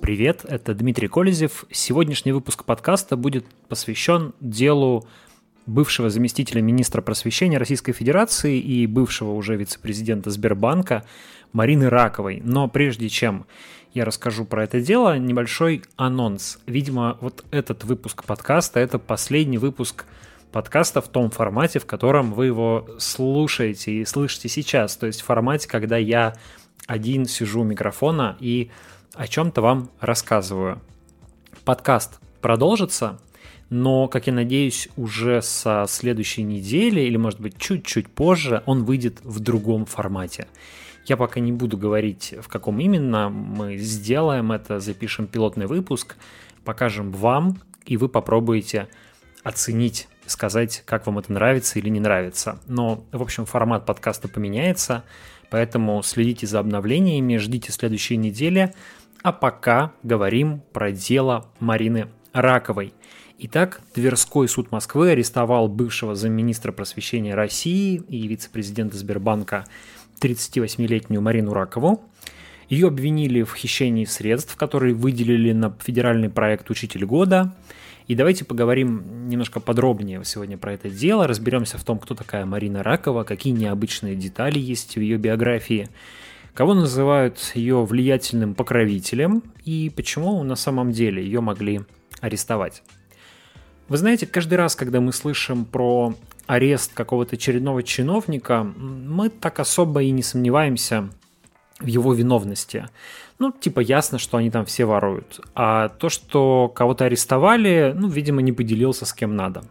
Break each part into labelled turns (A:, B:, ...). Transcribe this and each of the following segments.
A: привет, это Дмитрий Колезев. Сегодняшний выпуск подкаста будет посвящен делу бывшего заместителя министра просвещения Российской Федерации и бывшего уже вице-президента Сбербанка Марины Раковой. Но прежде чем я расскажу про это дело, небольшой анонс. Видимо, вот этот выпуск подкаста – это последний выпуск подкаста в том формате, в котором вы его слушаете и слышите сейчас. То есть в формате, когда я один сижу у микрофона и о чем-то вам рассказываю. Подкаст продолжится, но, как я надеюсь, уже со следующей недели или, может быть, чуть-чуть позже он выйдет в другом формате. Я пока не буду говорить, в каком именно. Мы сделаем это, запишем пилотный выпуск, покажем вам, и вы попробуете оценить, сказать, как вам это нравится или не нравится. Но, в общем, формат подкаста поменяется, поэтому следите за обновлениями, ждите следующей недели. А пока говорим про дело Марины Раковой. Итак, Тверской суд Москвы арестовал бывшего замминистра просвещения России и вице-президента Сбербанка 38-летнюю Марину Ракову. Ее обвинили в хищении средств, которые выделили на федеральный проект «Учитель года». И давайте поговорим немножко подробнее сегодня про это дело, разберемся в том, кто такая Марина Ракова, какие необычные детали есть в ее биографии, кого называют ее влиятельным покровителем и почему на самом деле ее могли арестовать. Вы знаете, каждый раз, когда мы слышим про арест какого-то очередного чиновника, мы так особо и не сомневаемся в его виновности. Ясно, что они там все воруют. А то, что кого-то арестовали, видимо, не поделился с кем надо.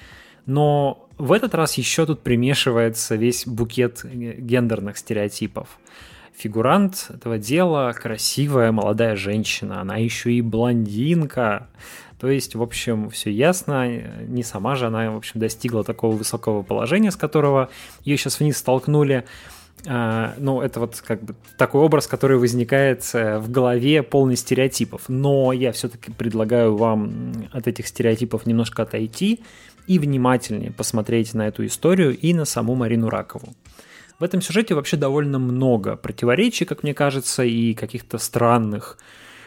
A: Но в этот раз еще тут примешивается весь букет гендерных стереотипов. Фигурант этого дела – красивая молодая женщина, она еще и блондинка. То есть, в общем, все ясно, не сама же она, в общем, достигла такого высокого положения, с которого ее сейчас вниз столкнули. Это вот как бы такой образ, который возникает в голове, полный стереотипов. Но я все-таки предлагаю вам от этих стереотипов немножко отойти и внимательнее посмотреть на эту историю и на саму Марину Ракову. В этом сюжете вообще довольно много противоречий, как мне кажется, и каких-то странных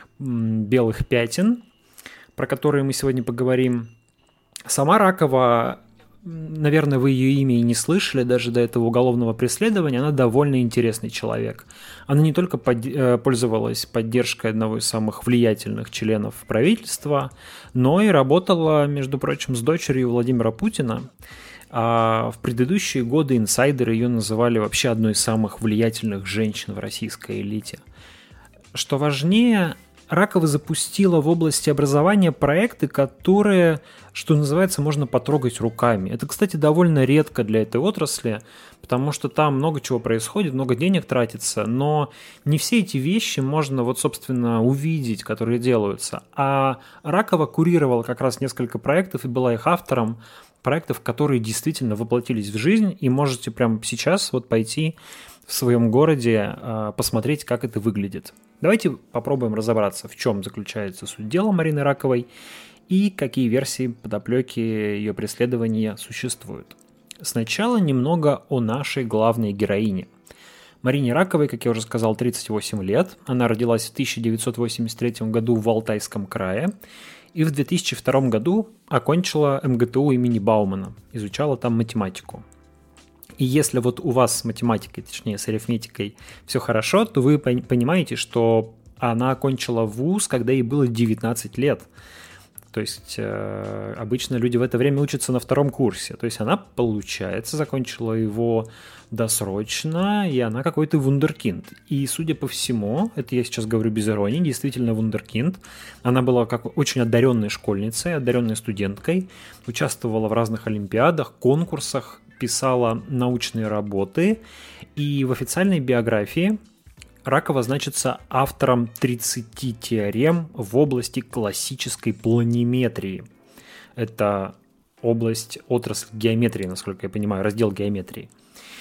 A: белых пятен, про которые мы сегодня поговорим. Сама Ракова, наверное, вы ее имя и не слышали, даже до этого уголовного преследования, она довольно интересный человек. Она не только пользовалась поддержкой одного из самых влиятельных членов правительства, но и работала, между прочим, с дочерью Владимира Путина. А в предыдущие годы инсайдеры ее называли вообще одной из самых влиятельных женщин в российской элите. Что важнее, Ракова запустила в области образования проекты, которые, что называется, можно потрогать руками. Это, кстати, довольно редко для этой отрасли, потому что там много чего происходит, много денег тратится, но не все эти вещи можно, собственно, увидеть, которые делаются. А Ракова курировала как раз несколько проектов и была их автором, проектов, которые действительно воплотились в жизнь, и можете прямо сейчас пойти в своем городе посмотреть, как это выглядит. Давайте попробуем разобраться, в чем заключается суть дела Марины Раковой и какие версии подоплеки ее преследования существуют. Сначала немного о нашей главной героине. Марине Раковой, как я уже сказал, 38 лет. Она родилась в 1983 году в Алтайском крае и в 2002 году окончила МГТУ имени Баумана, изучала там математику. И если у вас с математикой, точнее с арифметикой, все хорошо, то вы понимаете, что она окончила вуз, когда ей было 19 лет. То есть обычно люди в это время учатся на втором курсе. То есть она, получается, закончила его досрочно, и она какой-то вундеркинд. И, судя по всему, это я сейчас говорю без иронии, действительно вундеркинд. Она была как очень одаренной школьницей, одаренной студенткой, участвовала в разных олимпиадах, конкурсах, писала научные работы, и в официальной биографии Ракова значится автором 30 теорем в области классической планиметрии. Это отрасль геометрии, насколько я понимаю, раздел геометрии.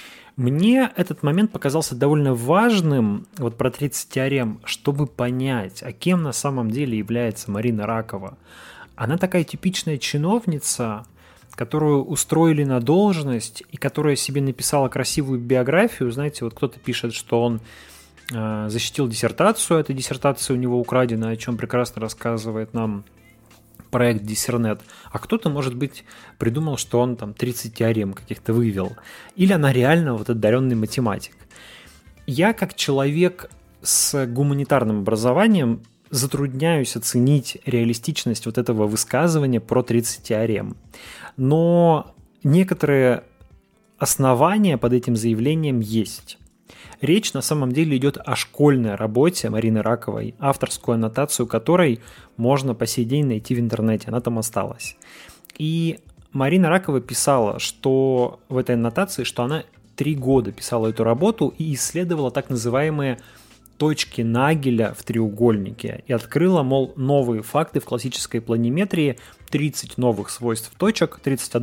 A: Мне этот момент показался довольно важным, про 30 теорем, чтобы понять, а кем на самом деле является Марина Ракова. Она такая типичная чиновница, которую устроили на должность и которая себе написала красивую биографию. Знаете, кто-то пишет, что он защитил диссертацию. Эта диссертация у него украдена, о чем прекрасно рассказывает нам проект Диссернет. А кто-то, может быть, придумал, что он там 30 теорем каких-то вывел. Или она реально вот одаренный математик. Я, как человек с гуманитарным образованием, затрудняюсь оценить реалистичность вот этого высказывания про 30 теорем. Но некоторые основания под этим заявлением есть. Речь на самом деле идет о школьной работе Марины Раковой, авторскую аннотацию которой можно по сей день найти в интернете, она там осталась. И Марина Ракова писала, что в этой аннотации, что она 3 года писала эту работу и исследовала так называемые точки Нагеля в треугольнике и открыла, мол, новые факты в классической планиметрии, 30 новых свойств точек,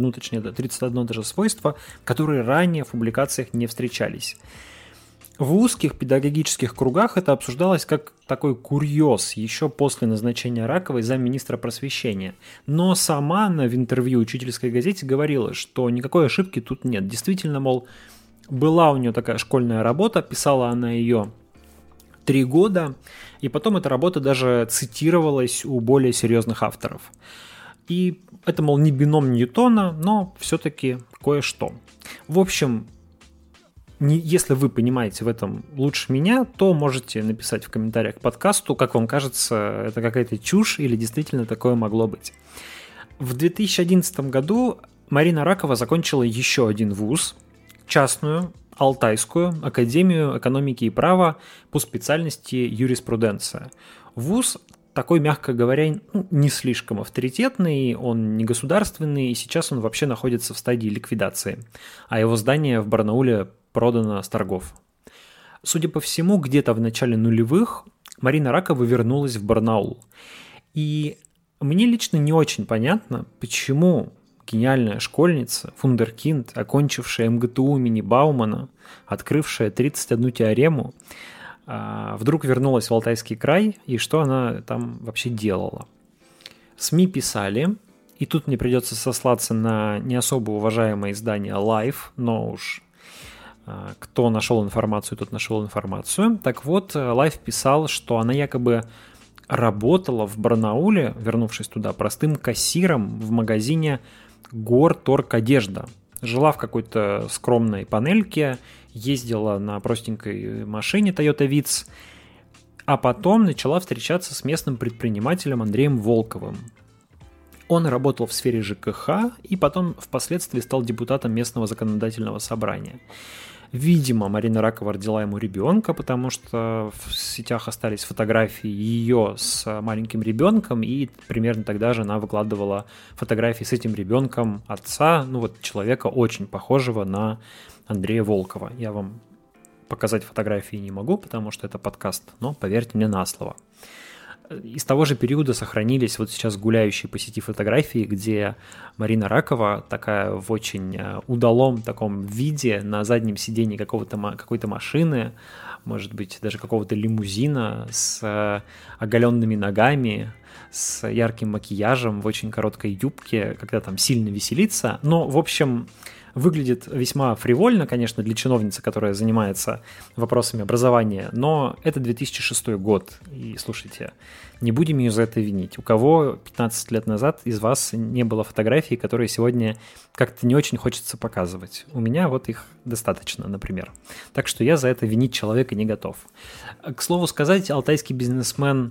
A: 31 даже свойство, которые ранее в публикациях не встречались. В узких педагогических кругах это обсуждалось как такой курьез еще после назначения Раковой замминистра просвещения. Но сама она в интервью учительской газете говорила, что никакой ошибки тут нет. Действительно, мол, была у нее такая школьная работа, писала она ее 3 года, и потом эта работа даже цитировалась у более серьезных авторов. И это, мол, не бином Ньютона, но все-таки кое-что. В общем, если вы понимаете в этом лучше меня, то можете написать в комментариях к подкасту, как вам кажется, это какая-то чушь или действительно такое могло быть. В 2011 году Марина Ракова закончила еще один вуз, частную, Алтайскую академию экономики и права по специальности юриспруденция. Вуз такой, мягко говоря, не слишком авторитетный, он не государственный, и сейчас он вообще находится в стадии ликвидации, а его здание в Барнауле продано с торгов. Судя по всему, где-то в начале нулевых Марина Ракова вернулась в Барнаул. И мне лично не очень понятно, почему гениальная школьница, вундеркинд, окончившая МГТУ имени Баумана, открывшая 31 теорему, вдруг вернулась в Алтайский край, и что она там вообще делала. СМИ писали, и тут мне придется сослаться на не особо уважаемое издание Life, но уж кто нашел информацию, тот нашел информацию. Так вот, Life писал, что она якобы работала в Барнауле, вернувшись туда, простым кассиром в магазине Горторг-одежда. Жила в какой-то скромной панельке, ездила на простенькой машине Toyota Vitz, а потом начала встречаться с местным предпринимателем Андреем Волковым. Он работал в сфере ЖКХ и потом впоследствии стал депутатом местного законодательного собрания. Видимо, Марина Ракова родила ему ребенка, потому что в сетях остались фотографии ее с маленьким ребенком, и примерно тогда же она выкладывала фотографии с этим ребенком отца, человека очень похожего на Андрея Волкова. Я вам показать фотографии не могу, потому что это подкаст, но поверьте мне на слово. Из того же периода сохранились вот сейчас гуляющие по сети фотографии, где Марина Ракова такая в очень удалом таком виде на заднем сидении какой-то машины, может быть, даже какого-то лимузина с оголенными ногами, с ярким макияжем в очень короткой юбке, когда там сильно веселится. Но, в общем, выглядит весьма фривольно, конечно, для чиновницы, которая занимается вопросами образования, но это 2006 год, и, слушайте, не будем ее за это винить. У кого 15 лет назад из вас не было фотографий, которые сегодня как-то не очень хочется показывать? У меня вот их достаточно, например. Так что я за это винить человека не готов. К слову сказать, алтайский бизнесмен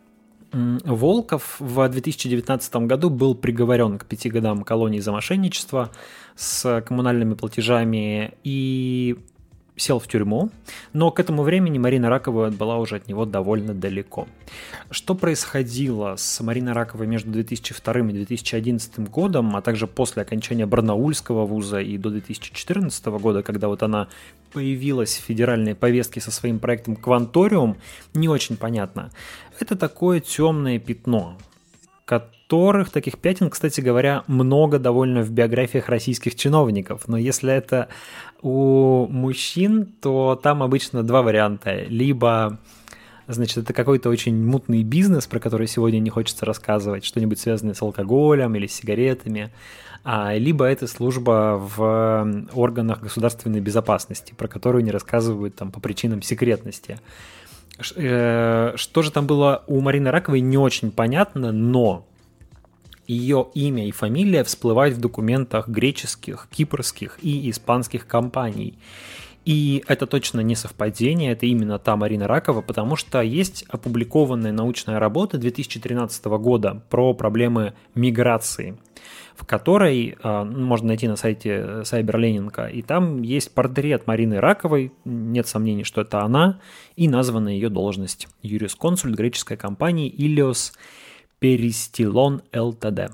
A: Волков в 2019 году был приговорен к 5 годам колонии за мошенничество с коммунальными платежами и сел в тюрьму, но к этому времени Марина Ракова была уже от него довольно далеко. Что происходило с Мариной Раковой между 2002 и 2011 годом, а также после окончания Барнаульского вуза и до 2014 года, когда вот она появилась в федеральной повестке со своим проектом «Кванториум», не очень понятно. Это такое темное пятно, которых, таких пятен, кстати говоря, много довольно в биографиях российских чиновников. Но если это у мужчин, то там обычно два варианта. Либо Значит, это какой-то очень мутный бизнес, про который сегодня не хочется рассказывать, что-нибудь связанное с алкоголем или с сигаретами, либо это служба в органах государственной безопасности, про которую не рассказывают там по причинам секретности. Что же там было у Марины Раковой, не очень понятно, но ее имя и фамилия всплывают в документах греческих, кипрских и испанских компаний. И это точно не совпадение, это именно та Марина Ракова, потому что есть опубликованная научная работа 2013 года про проблемы миграции, в которой можно найти на сайте Сайберленинга, и там есть портрет Марины Раковой, нет сомнений, что это она, и названа ее должность – юрисконсульт греческой компании Ilios Peristilon Ltd.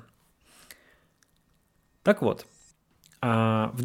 A: Так вот, в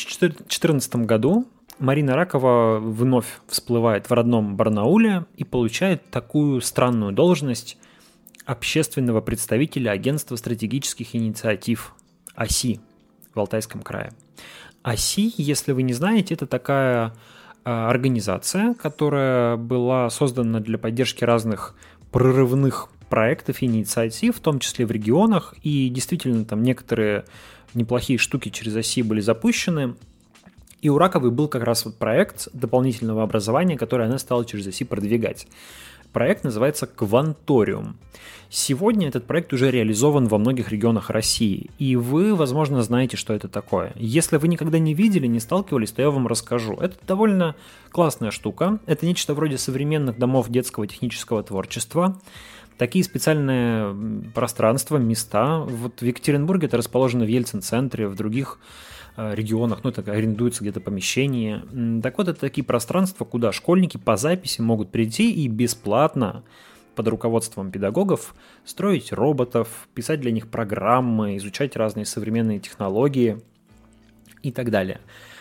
A: 2014 году Марина Ракова вновь всплывает в родном Барнауле и получает такую странную должность общественного представителя Агентства стратегических инициатив АСИ в Алтайском крае. АСИ, если вы не знаете, это такая организация, которая была создана для поддержки разных прорывных проектов и инициатив, в том числе в регионах, и действительно там некоторые неплохие штуки через АСИ были запущены. И у Раковой был как раз вот проект дополнительного образования, который она стала через АСИ продвигать. Проект называется «Кванториум». Сегодня этот проект уже реализован во многих регионах России, и вы, возможно, знаете, что это такое. Если вы никогда не видели, не сталкивались, то я вам расскажу. Это довольно классная штука. Это нечто вроде современных домов детского технического творчества. Такие специальные пространства, места. Вот в Екатеринбурге это расположено в Ельцин-центре, в других регионах, это арендуется где-то помещение. Так вот, это такие пространства, куда школьники по записи могут прийти и бесплатно под руководством педагогов строить роботов, писать для них программы, изучать разные современные технологии и так далее.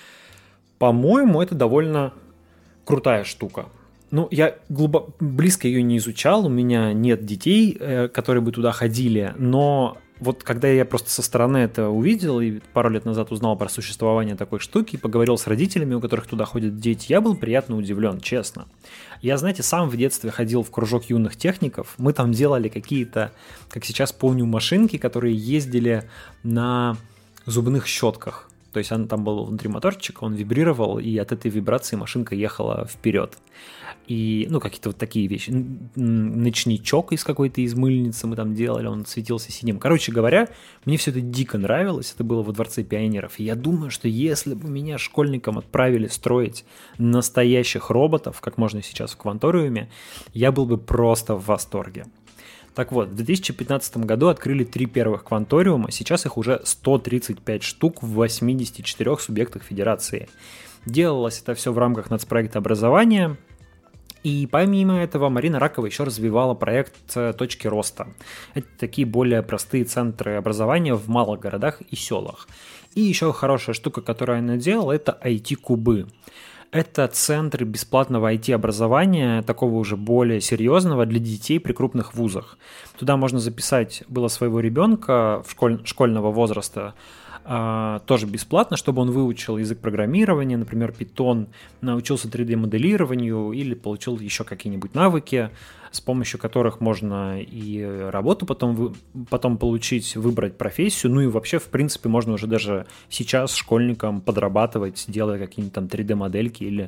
A: По-моему, это довольно крутая штука. Я близко ее не изучал, у меня нет детей, которые бы туда ходили, но вот когда я просто со стороны это увидел и пару лет назад узнал про существование такой штуки, поговорил с родителями, у которых туда ходят дети, я был приятно удивлен, честно. Я, знаете, сам в детстве ходил в кружок юных техников, мы там делали какие-то, как сейчас помню, машинки, которые ездили на зубных щетках. То есть там был внутри моторчик, он вибрировал, и от этой вибрации машинка ехала вперед. И, какие-то вот такие вещи. Ночничок из мыльницы мы там делали, он светился синим. Короче говоря, мне все это дико нравилось, это было во Дворце пионеров. И я думаю, что если бы меня школьникам отправили строить настоящих роботов, как можно сейчас в Кванториуме, я был бы просто в восторге. Так вот, в 2015 году открыли 3 первых Кванториума, сейчас их уже 135 штук в 84 субъектах федерации. Делалось это все в рамках нацпроекта образования, и помимо этого Марина Ракова еще развивала проект «Точки роста». Это такие более простые центры образования в малых городах и селах. И еще хорошая штука, которую она делала, это IT-кубы. Это центры бесплатного IT-образования, такого уже более серьезного для детей при крупных вузах. Туда можно записать было своего ребенка школьного возраста, тоже бесплатно, чтобы он выучил язык программирования, например, Python, научился 3D-моделированию или получил еще какие-нибудь навыки, с помощью которых можно и работу потом получить, выбрать профессию, и вообще, в принципе, можно уже даже сейчас школьникам подрабатывать, делая какие-нибудь там 3D-модельки или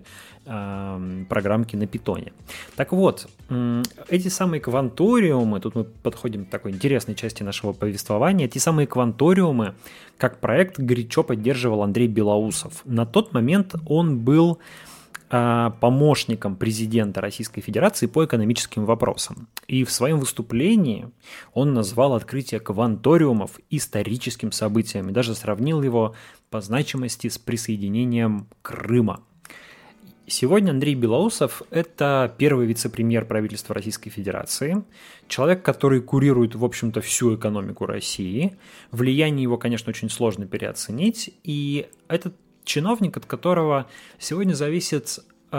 A: программки на питоне. Так вот, эти самые кванториумы, тут мы подходим к такой интересной части нашего повествования, эти самые кванториумы, как проект, горячо поддерживал Андрей Белоусов. На тот момент он был помощником президента Российской Федерации по экономическим вопросам. И в своем выступлении он назвал открытие кванториумов историческим событием и даже сравнил его по значимости с присоединением Крыма. Сегодня Андрей Белоусов – это первый вице-премьер правительства Российской Федерации, человек, который курирует, в общем-то, всю экономику России. Влияние его, конечно, очень сложно переоценить, и этот чиновник, от которого сегодня зависит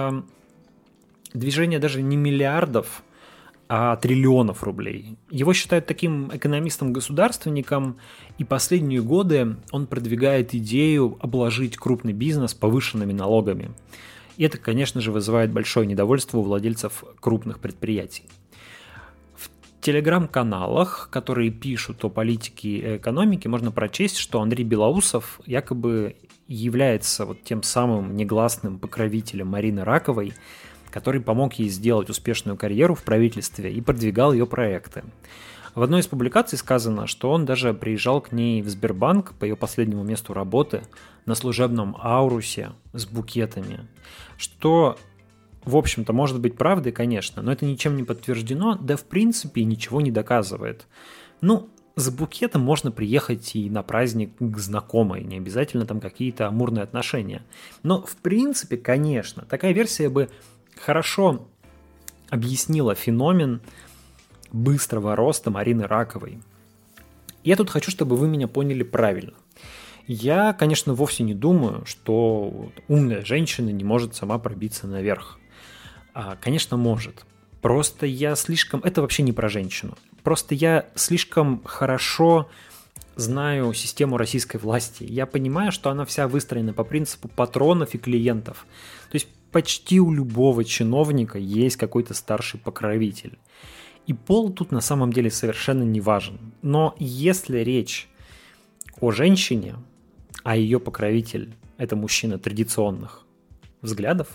A: движение даже не миллиардов, а триллионов рублей. Его считают таким экономистом-государственником, и последние годы он продвигает идею обложить крупный бизнес повышенными налогами. И это, конечно же, вызывает большое недовольство у владельцев крупных предприятий. В телеграм-каналах, которые пишут о политике и экономике, можно прочесть, что Андрей Белоусов якобы является вот тем самым негласным покровителем Марины Раковой, который помог ей сделать успешную карьеру в правительстве и продвигал ее проекты. В одной из публикаций сказано, что он даже приезжал к ней в Сбербанк по ее последнему месту работы на служебном аурусе с букетами, что, в общем-то, может быть правдой, конечно, но это ничем не подтверждено, да в принципе ничего не доказывает. Ну, с букетом можно приехать и на праздник к знакомой, не обязательно там какие-то амурные отношения. Но, в принципе, конечно, такая версия бы хорошо объяснила феномен быстрого роста Марины Раковой. Я тут хочу, чтобы вы меня поняли правильно. Я, конечно, вовсе не думаю, что умная женщина не может сама пробиться наверх. Конечно, может. Просто я слишком... Это вообще не про женщину. Просто я слишком хорошо знаю систему российской власти. Я понимаю, что она вся выстроена по принципу патронов и клиентов. То есть почти у любого чиновника есть какой-то старший покровитель. И пол тут на самом деле совершенно не важен. Но если речь о женщине, а ее покровитель – это мужчина традиционных взглядов,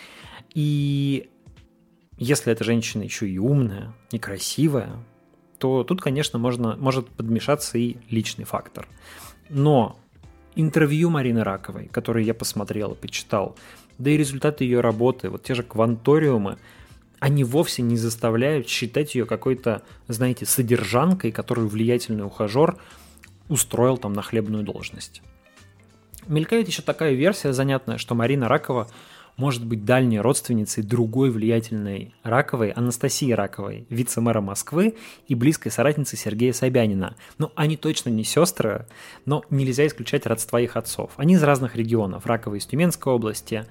A: и если эта женщина еще и умная, и красивая, то тут, конечно, может подмешаться и личный фактор. Но интервью Марины Раковой, которые я посмотрел и почитал, да и результаты ее работы, вот те же кванториумы, они вовсе не заставляют считать ее какой-то, знаете, содержанкой, которую влиятельный ухажер устроил там на хлебную должность. Мелькает еще такая версия занятная, что Марина Ракова может быть дальней родственницей другой влиятельной Раковой, Анастасии Раковой, вице-мэра Москвы и близкой соратницы Сергея Собянина. Ну, они точно не сестры, но нельзя исключать родства их отцов. Они из разных регионов. Ракова из Тюменской области,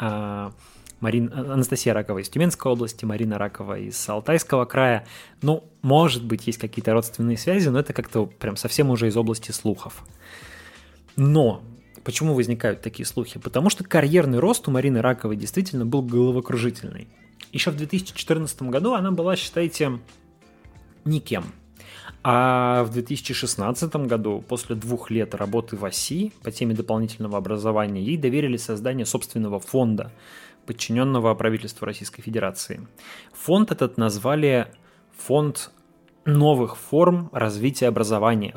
A: Анастасия Ракова из Тюменской области, Марина Ракова из Алтайского края. Ну, может быть, есть какие-то родственные связи, но это как-то прям совсем уже из области слухов. Но почему возникают такие слухи? Потому что карьерный рост у Марины Раковой действительно был головокружительный. Еще в 2014 году она была, считайте, никем. А в 2016 году, после 2 лет работы в ОСИ по теме дополнительного образования, ей доверили создание собственного фонда, подчиненного правительству Российской Федерации. Фонд этот назвали «Фонд новых форм развития образования»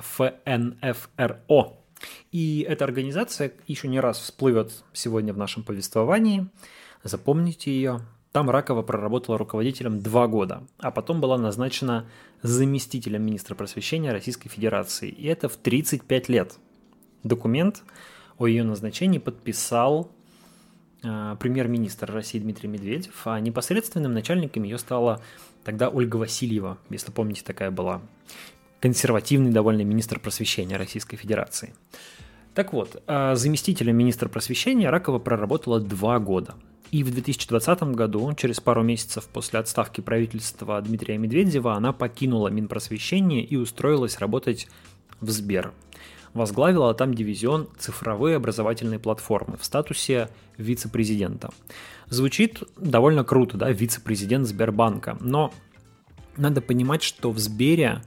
A: ФНФРО. И эта организация еще не раз всплывет сегодня в нашем повествовании. Запомните ее. Там Ракова проработала руководителем 2 года, а потом была назначена заместителем министра просвещения Российской Федерации. И это в 35 лет. Документ о ее назначении подписал премьер-министр России Дмитрий Медведев, а непосредственным начальником ее стала тогда Ольга Васильева, если помните, такая была. Консервативный довольно министр просвещения Российской Федерации. Так вот, заместителем министра просвещения Ракова проработала 2 года. И в 2020 году, через пару месяцев после отставки правительства Дмитрия Медведева, она покинула Минпросвещение и устроилась работать в Сбер. Возглавила там дивизион цифровой образовательной платформы в статусе вице-президента. Звучит довольно круто, да, вице-президент Сбербанка, но надо понимать, что в Сбере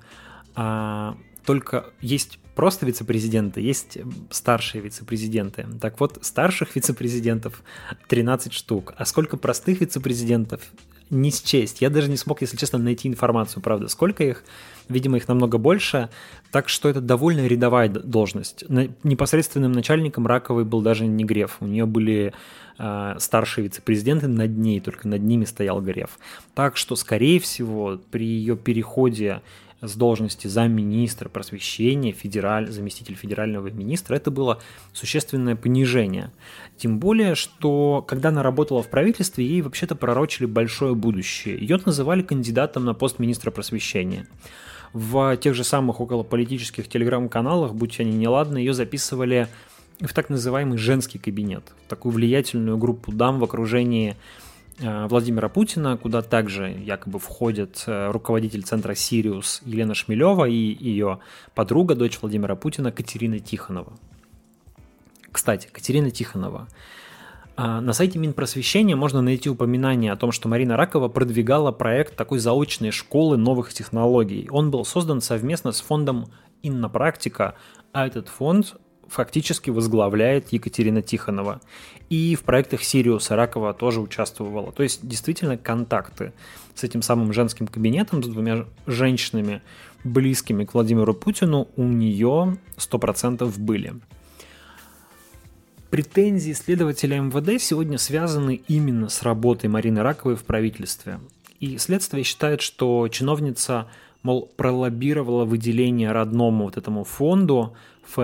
A: только есть просто вице-президенты, есть старшие вице-президенты. Так вот, старших вице-президентов 13 штук. А сколько простых вице-президентов не счесть. Я даже не смог, если честно, найти информацию, правда, сколько их. Видимо, их намного больше. Так что это довольно рядовая должность. Непосредственным начальником Раковой был даже не Греф. У нее были старшие вице-президенты над ней, только над ними стоял Греф. Так что, скорее всего, при ее переходе с должности замминистра просвещения, заместитель федерального министра, это было существенное понижение. Тем более, что когда она работала в правительстве, ей вообще-то пророчили большое будущее. Ее называли кандидатом на пост министра просвещения. В тех же самых околополитических телеграм-каналах, будь они неладны, ее записывали в так называемый женский кабинет, в такую влиятельную группу дам в окружении Владимира Путина, куда также якобы входят руководитель центра «Сириус» Елена Шмелева и ее подруга, дочь Владимира Путина, Катерина Тихонова. Кстати, Катерина Тихонова. На сайте Минпросвещения можно найти упоминание о том, что Марина Ракова продвигала проект такой заочной школы новых технологий. Он был создан совместно с фондом «Иннопрактика», а этот фонд фактически возглавляет Екатерина Тихонова. И в проектах Сириуса Ракова тоже участвовала. То есть действительно контакты с этим самым женским кабинетом, с двумя женщинами, близкими к Владимиру Путину, у нее 100% были. Претензии следователя МВД сегодня связаны именно с работой Марины Раковой в правительстве. И следствие считает, что чиновница, мол, пролоббировала выделение родному вот этому фонду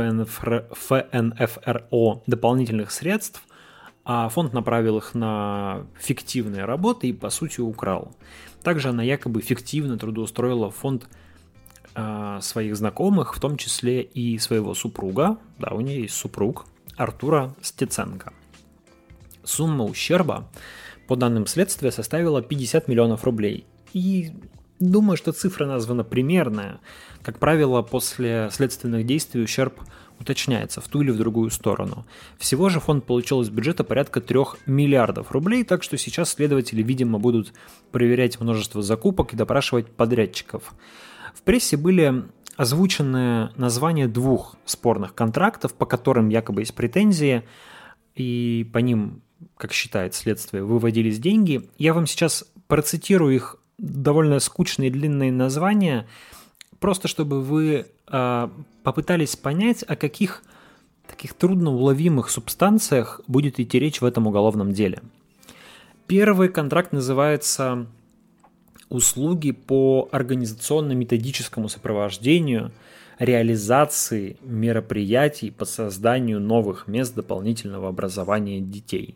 A: ФНФРО дополнительных средств, а фонд направил их на фиктивные работы и, по сути, украл. Также она якобы фиктивно трудоустроила в фонд своих знакомых, в том числе и своего супруга, да, у нее есть супруг, Артура Стеценко. Сумма ущерба, по данным следствия, составила 50 миллионов рублей. И думаю, что цифра названа примерная. Как правило, после следственных действий ущерб уточняется в ту или в другую сторону. Всего же фонд получил из бюджета порядка 3 миллиардов рублей, так что сейчас следователи, видимо, будут проверять множество закупок и допрашивать подрядчиков. В прессе были озвучены названия 2 спорных контрактов, по которым якобы есть претензии, и по ним, как считает следствие, выводились деньги. Я вам сейчас процитирую их довольно скучные и длинные названия, просто чтобы вы попытались понять, о каких таких трудноуловимых субстанциях будет идти речь в этом уголовном деле. Первый контракт называется «Услуги по организационно-методическому сопровождению, реализации мероприятий по созданию новых мест дополнительного образования детей».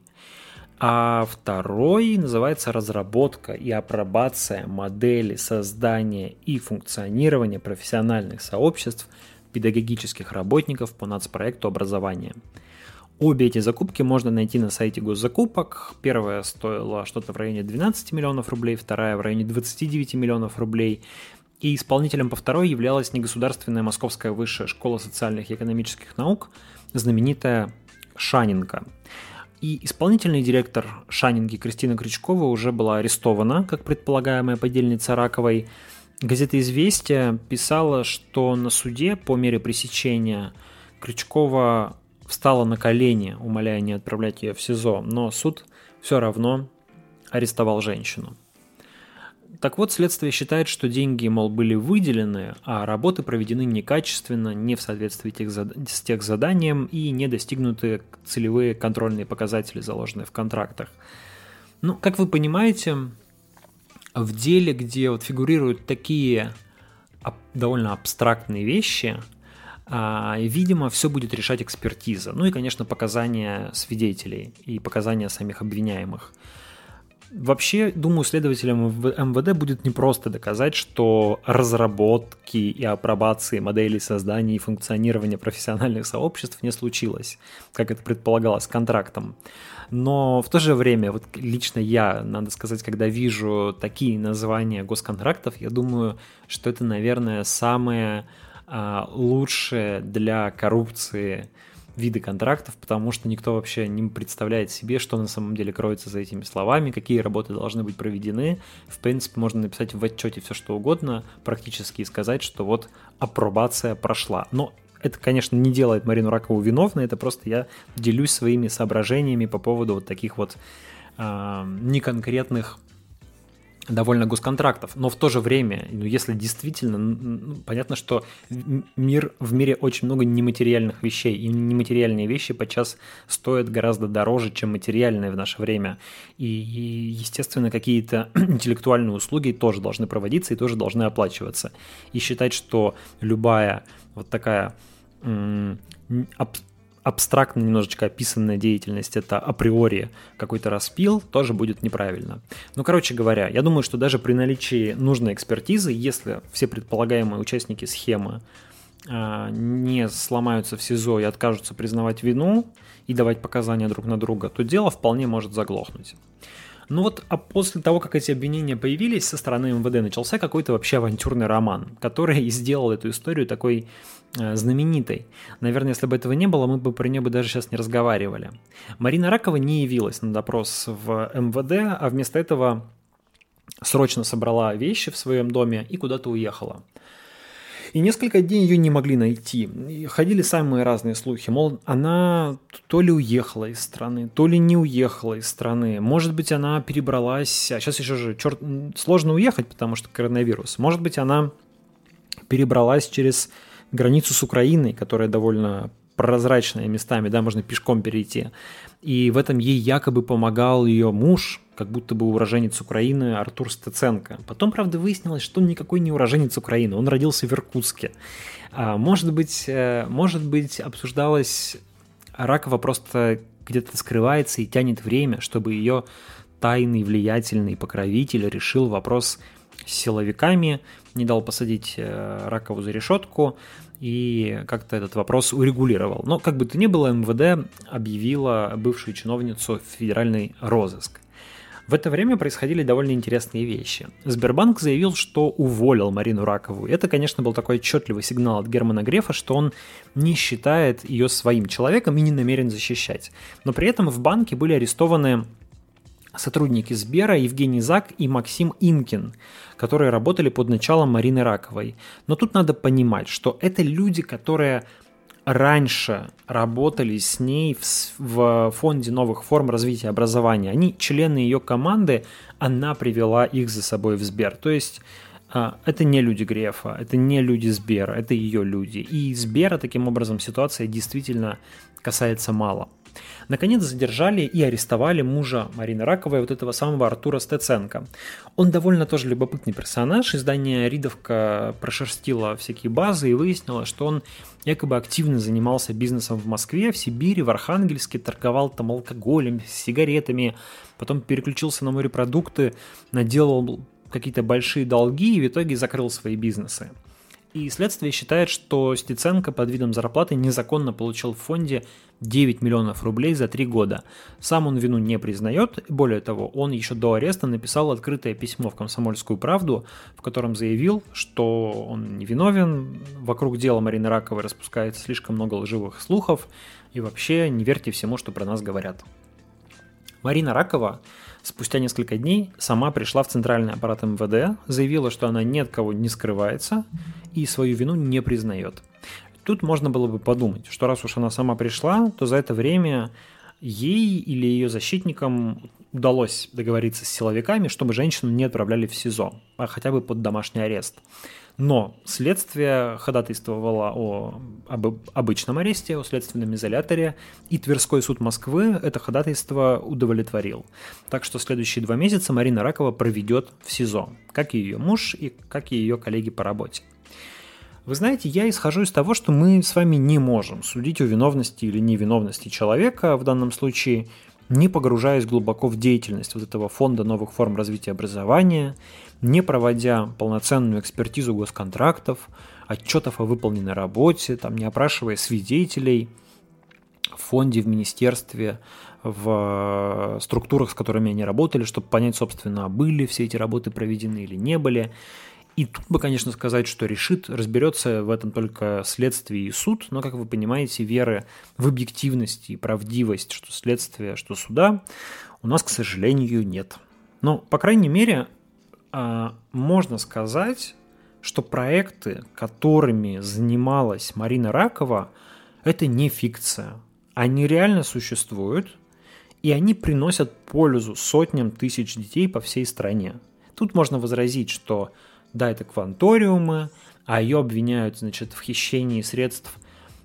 A: А второй называется «Разработка и апробация модели создания и функционирования профессиональных сообществ педагогических работников по нацпроекту образования». Обе эти закупки можно найти на сайте госзакупок. Первая стоила что-то в районе 12 миллионов рублей, вторая в районе 29 миллионов рублей. И исполнителем по второй являлась негосударственная Московская высшая школа социальных и экономических наук, знаменитая Шаненко. И исполнительный директор Шаненки Кристина Крючкова уже была арестована, как предполагаемая подельница Раковой. Газета «Известия» писала, что на суде по мере пресечения Крючкова встала на колени, умоляя не отправлять ее в СИЗО, но суд все равно арестовал женщину. Так вот, следствие считает, что деньги, мол, были выделены, а работы проведены некачественно, не в соответствии с техзаданием и не достигнуты целевые контрольные показатели, заложенные в контрактах. Ну, как вы понимаете, в деле, где вот фигурируют такие довольно абстрактные вещи, видимо, все будет решать экспертиза. Ну и, конечно, показания свидетелей и показания самих обвиняемых. Вообще, думаю, следователям МВД будет непросто доказать, что разработки и апробации моделей создания и функционирования профессиональных сообществ не случилось, как это предполагалось контрактом. Но в то же время, вот лично я, надо сказать, когда вижу такие названия госконтрактов, я думаю, что это, наверное, самые лучшие для коррупции виды контрактов, потому что никто вообще не представляет себе, что на самом деле кроется за этими словами, какие работы должны быть проведены. В принципе, можно написать в отчете все, что угодно, практически и сказать, что вот апробация прошла. Но это, конечно, не делает Марину Ракову виновной, это просто я делюсь своими соображениями по поводу вот таких вот неконкретных довольно госконтрактов, но в то же время, если действительно, понятно, что в мире очень много нематериальных вещей, и нематериальные вещи подчас стоят гораздо дороже, чем материальные в наше время, и естественно, какие-то интеллектуальные услуги тоже должны проводиться и тоже должны оплачиваться, и считать, что любая вот такая абстрактно немножечко описанная деятельность, это априори какой-то распил, тоже будет неправильно. Ну, короче говоря, я думаю, что даже при наличии нужной экспертизы, если все предполагаемые участники схемы не сломаются в СИЗО и откажутся признавать вину и давать показания друг на друга, то дело вполне может заглохнуть. Ну вот, а после того, как эти обвинения появились со стороны МВД, начался какой-то вообще авантюрный роман, который и сделал эту историю такой знаменитой. Наверное, если бы этого не было, мы бы про нее бы даже сейчас не разговаривали. Марина Ракова не явилась на допрос в МВД, а вместо этого срочно собрала вещи в своем доме и куда-то уехала. И несколько дней ее не могли найти. И ходили самые разные слухи, мол, она то ли уехала из страны, то ли не уехала из страны. Может быть, она перебралась, а сейчас еще же сложно уехать, потому что коронавирус. Может быть, она перебралась через границу с Украиной, которая довольно прозрачная местами, да, можно пешком перейти. И в этом ей якобы помогал ее муж, как будто бы уроженец Украины Артур Стеценко. Потом, правда, выяснилось, что он никакой не уроженец Украины, он родился в Иркутске. Может быть, обсуждалось, Ракова просто где-то скрывается и тянет время, чтобы ее тайный влиятельный покровитель решил вопрос с силовиками, не дал посадить Ракову за решетку и как-то этот вопрос урегулировал. Но как бы то ни было, МВД объявила бывшую чиновницу в федеральный розыск. В это время происходили довольно интересные вещи. Сбербанк заявил, что уволил Марину Ракову. Это, конечно, был такой отчетливый сигнал от Германа Грефа, что он не считает ее своим человеком и не намерен защищать. Но при этом в банке были арестованы сотрудники Сбера Евгений Зак и Максим Инкин, которые работали под началом Марины Раковой. Но тут надо понимать, что это люди, которые раньше работали с ней в фонде новых форм развития образования. Они члены ее команды, она привела их за собой в Сбер. То есть это не люди Грефа, это не люди Сбера, это ее люди. И Сбера таким образом ситуация действительно касается мало. Наконец задержали и арестовали мужа Марины Раковой, вот этого самого Артура Стеценко. Он довольно тоже любопытный персонаж. Издание «Ридовка» прошерстило всякие базы и выяснило, что он якобы активно занимался бизнесом в Москве, в Сибири, в Архангельске, торговал там алкоголем, сигаретами, потом переключился на морепродукты, наделал какие-то большие долги и в итоге закрыл свои бизнесы. И следствие считает, что Стеценко под видом зарплаты незаконно получил в фонде 9 миллионов рублей за 3 года. Сам он вину не признает, более того, он еще до ареста написал открытое письмо в «Комсомольскую правду», в котором заявил, что он невиновен, вокруг дела Марины Раковой распускается слишком много лживых слухов, и вообще не верьте всему, что про нас говорят. Марина Ракова спустя несколько дней сама пришла в центральный аппарат МВД, заявила, что она ни от кого не скрывается и свою вину не признает. Тут можно было бы подумать, что раз уж она сама пришла, то за это время ей или ее защитникам удалось договориться с силовиками, чтобы женщину не отправляли в СИЗО, а хотя бы под домашний арест. Но следствие ходатайствовало об обычном аресте, о следственном изоляторе, и Тверской суд Москвы это ходатайство удовлетворил. Так что следующие 2 месяца Марина Ракова проведет в СИЗО, как и ее муж, и как и ее коллеги по работе. Вы знаете, я исхожу из того, что мы с вами не можем судить о виновности или невиновности человека в данном случае, не погружаясь глубоко в деятельность вот этого фонда новых форм развития образования, не проводя полноценную экспертизу госконтрактов, отчетов о выполненной работе, там, не опрашивая свидетелей в фонде, в министерстве, в структурах, с которыми они работали, чтобы понять, собственно, были все эти работы проведены или не были. И тут бы, конечно, сказать, что разберется в этом только следствие и суд, но, как вы понимаете, веры в объективность и правдивость, что следствия, что суда, у нас, к сожалению, нет. Но, по крайней мере, можно сказать, что проекты, которыми занималась Марина Ракова, это не фикция. Они реально существуют, и они приносят пользу сотням тысяч детей по всей стране. Тут можно возразить, что да, это кванториумы, а ее обвиняют, значит, в хищении средств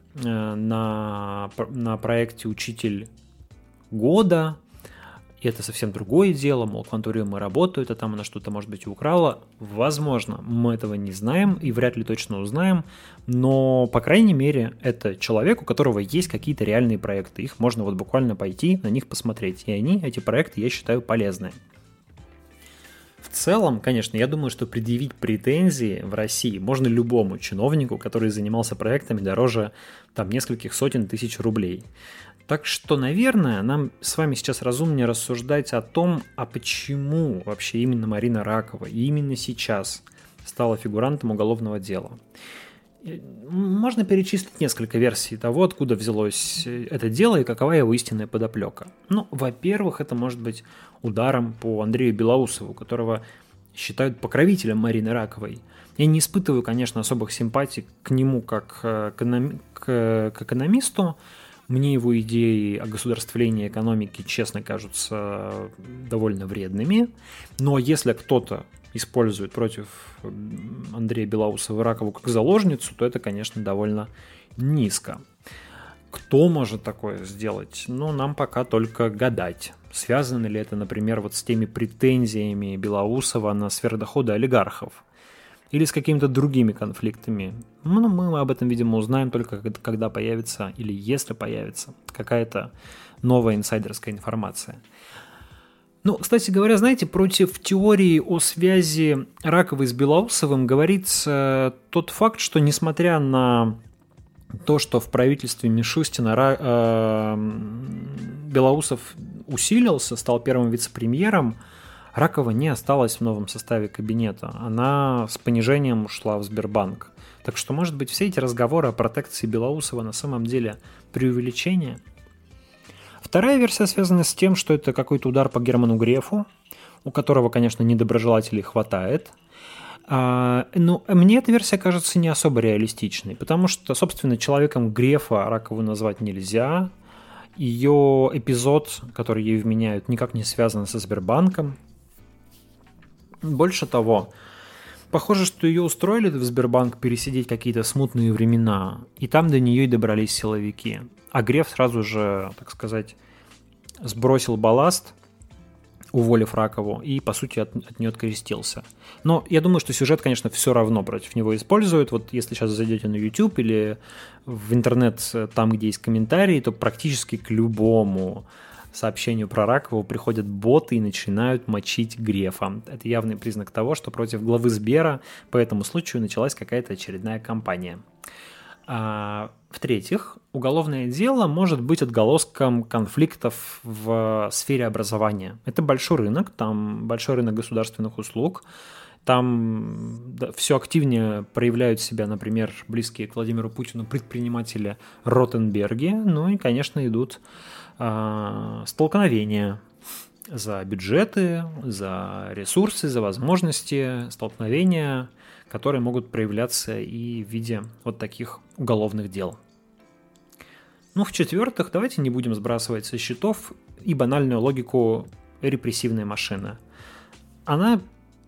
A: на проекте «Учитель года». И это совсем другое дело, мол, кванториумы работают, а там она что-то, может быть, и украла. Возможно, мы этого не знаем и вряд ли точно узнаем, но, по крайней мере, это человек, у которого есть какие-то реальные проекты. Их можно вот буквально пойти, на них посмотреть. И эти проекты, я считаю, полезны. В целом, конечно, я думаю, что предъявить претензии в России можно любому чиновнику, который занимался проектами дороже там нескольких сотен тысяч рублей. Так что, наверное, нам с вами сейчас разумнее рассуждать о том, а почему вообще именно Марина Ракова и именно сейчас стала фигурантом уголовного дела. Можно перечислить несколько версий того, откуда взялось это дело и какова его истинная подоплека. Ну, во-первых, это может быть ударом по Андрею Белоусову, которого считают покровителем Марины Раковой. Я не испытываю, конечно, особых симпатий к нему как к экономисту. Мне его идеи о государствлении экономики, честно, кажутся довольно вредными. Но если кто-то использует против Андрея Белоусова Ракову как заложницу, то это, конечно, довольно низко. Кто может такое сделать? Ну, нам пока только гадать. Связано ли это, например, вот с теми претензиями Белоусова на сверхдоходы олигархов? Или с какими-то другими конфликтами? Ну, мы об этом, видимо, узнаем только когда появится, или если появится, какая-то новая инсайдерская информация. Ну, кстати говоря, знаете, против теории о связи Раковой с Белоусовым говорится тот факт, что несмотря на то, что в правительстве Мишустина Белоусов усилился, стал первым вице-премьером, Ракова не осталась в новом составе кабинета. Она с понижением ушла в Сбербанк. Так что, может быть, все эти разговоры о протекции Белоусова на самом деле преувеличение? Вторая версия связана с тем, что это какой-то удар по Герману Грефу, у которого, конечно, недоброжелателей хватает. Но мне эта версия кажется не особо реалистичной, потому что, собственно, человеком Грефа Ракову назвать нельзя. Ее эпизод, который ей вменяют, никак не связан со Сбербанком. Больше того, похоже, что ее устроили в Сбербанк пересидеть какие-то смутные времена, и там до нее и добрались силовики. А Греф сразу же, так сказать, сбросил балласт, уволив Ракову, и, по сути, от нее открестился. Но я думаю, что сюжет, конечно, все равно против него используют. Вот если сейчас зайдете на YouTube или в интернет, там, где есть комментарии, то практически к любому сообщению про Ракову приходят боты и начинают мочить Грефа. Это явный признак того, что против главы Сбера по этому случаю началась какая-то очередная кампания. В-третьих, уголовное дело может быть отголоском конфликтов в сфере образования. Это большой рынок, там большой рынок государственных услуг, там все активнее проявляют себя, например, близкие к Владимиру Путину предприниматели Ротенберги, ну и, конечно, идут столкновения за бюджеты, за ресурсы, за возможности, столкновения, которые могут проявляться и в виде вот таких уголовных дел. Ну, в-четвертых, давайте не будем сбрасывать со счетов и банальную логику репрессивной машины. Она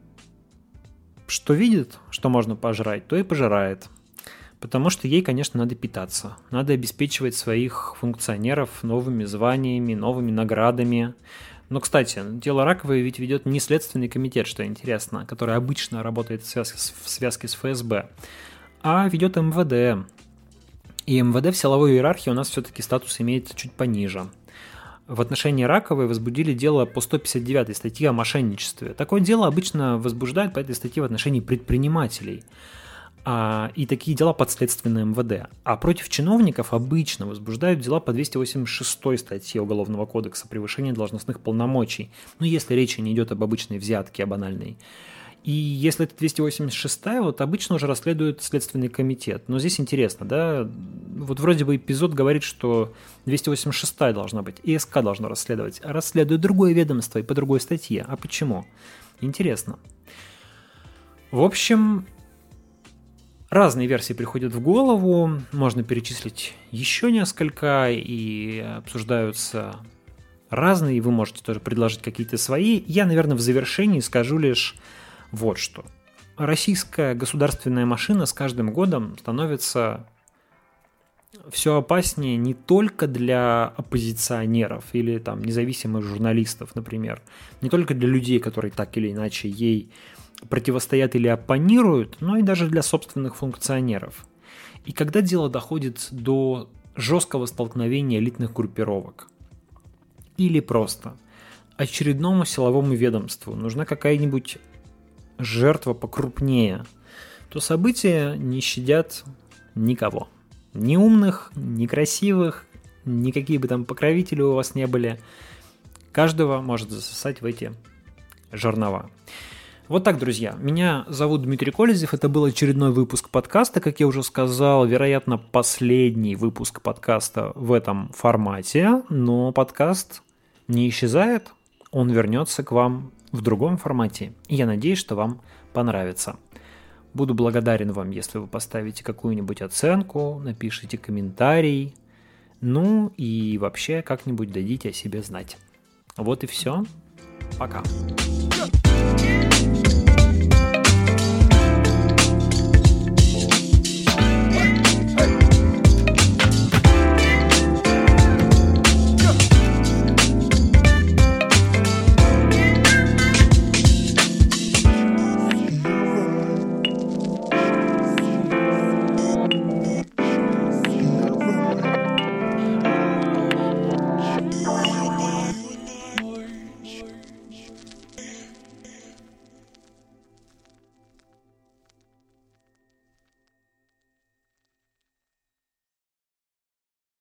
A: что видит, что можно пожрать, то и пожирает. Потому что ей, конечно, надо питаться. Надо обеспечивать своих функционеров новыми званиями, новыми наградами. Но, кстати, дело Раковой ведь ведет не Следственный комитет, что интересно, который обычно работает в связке с ФСБ, а ведет МВД. И МВД в силовой иерархии у нас все-таки статус имеет чуть пониже. В отношении Раковой возбудили дело по 159 статье о мошенничестве. Такое дело обычно возбуждают по этой статье в отношении предпринимателей. И такие дела подследственные МВД. А против чиновников обычно возбуждают дела по 286 статье Уголовного кодекса «Превышение должностных полномочий». Ну, если речь не идет об обычной взятке, о банальной. И если это 286-я, вот обычно уже расследует Следственный комитет. Но здесь интересно, да, вот вроде бы эпизод говорит, что 286-я должна быть, и СК должно расследовать, а расследует другое ведомство и по другой статье. А почему? Интересно. В общем, разные версии приходят в голову, можно перечислить еще несколько, и обсуждаются разные, и вы можете тоже предложить какие-то свои. Я, наверное, в завершении скажу лишь вот что. Российская государственная машина с каждым годом становится все опаснее не только для оппозиционеров или там независимых журналистов, например, не только для людей, которые так или иначе ей противостоят или оппонируют, но и даже для собственных функционеров. И когда дело доходит до жесткого столкновения элитных группировок или просто очередному силовому ведомству нужна какая-нибудь жертва покрупнее, то события не щадят никого. Ни умных, ни красивых, никакие бы там покровители у вас не были. Каждого может засосать в эти жернова. Вот так, друзья. Меня зовут Дмитрий Колезев. Это был очередной выпуск подкаста, как я уже сказал. Вероятно, последний выпуск подкаста в этом формате. Но подкаст не исчезает. Он вернется к вам в другом формате. И я надеюсь, что вам понравится. Буду благодарен вам, если вы поставите какую-нибудь оценку, напишите комментарий. Ну и вообще как-нибудь дадите о себе знать. Вот и все. Пока.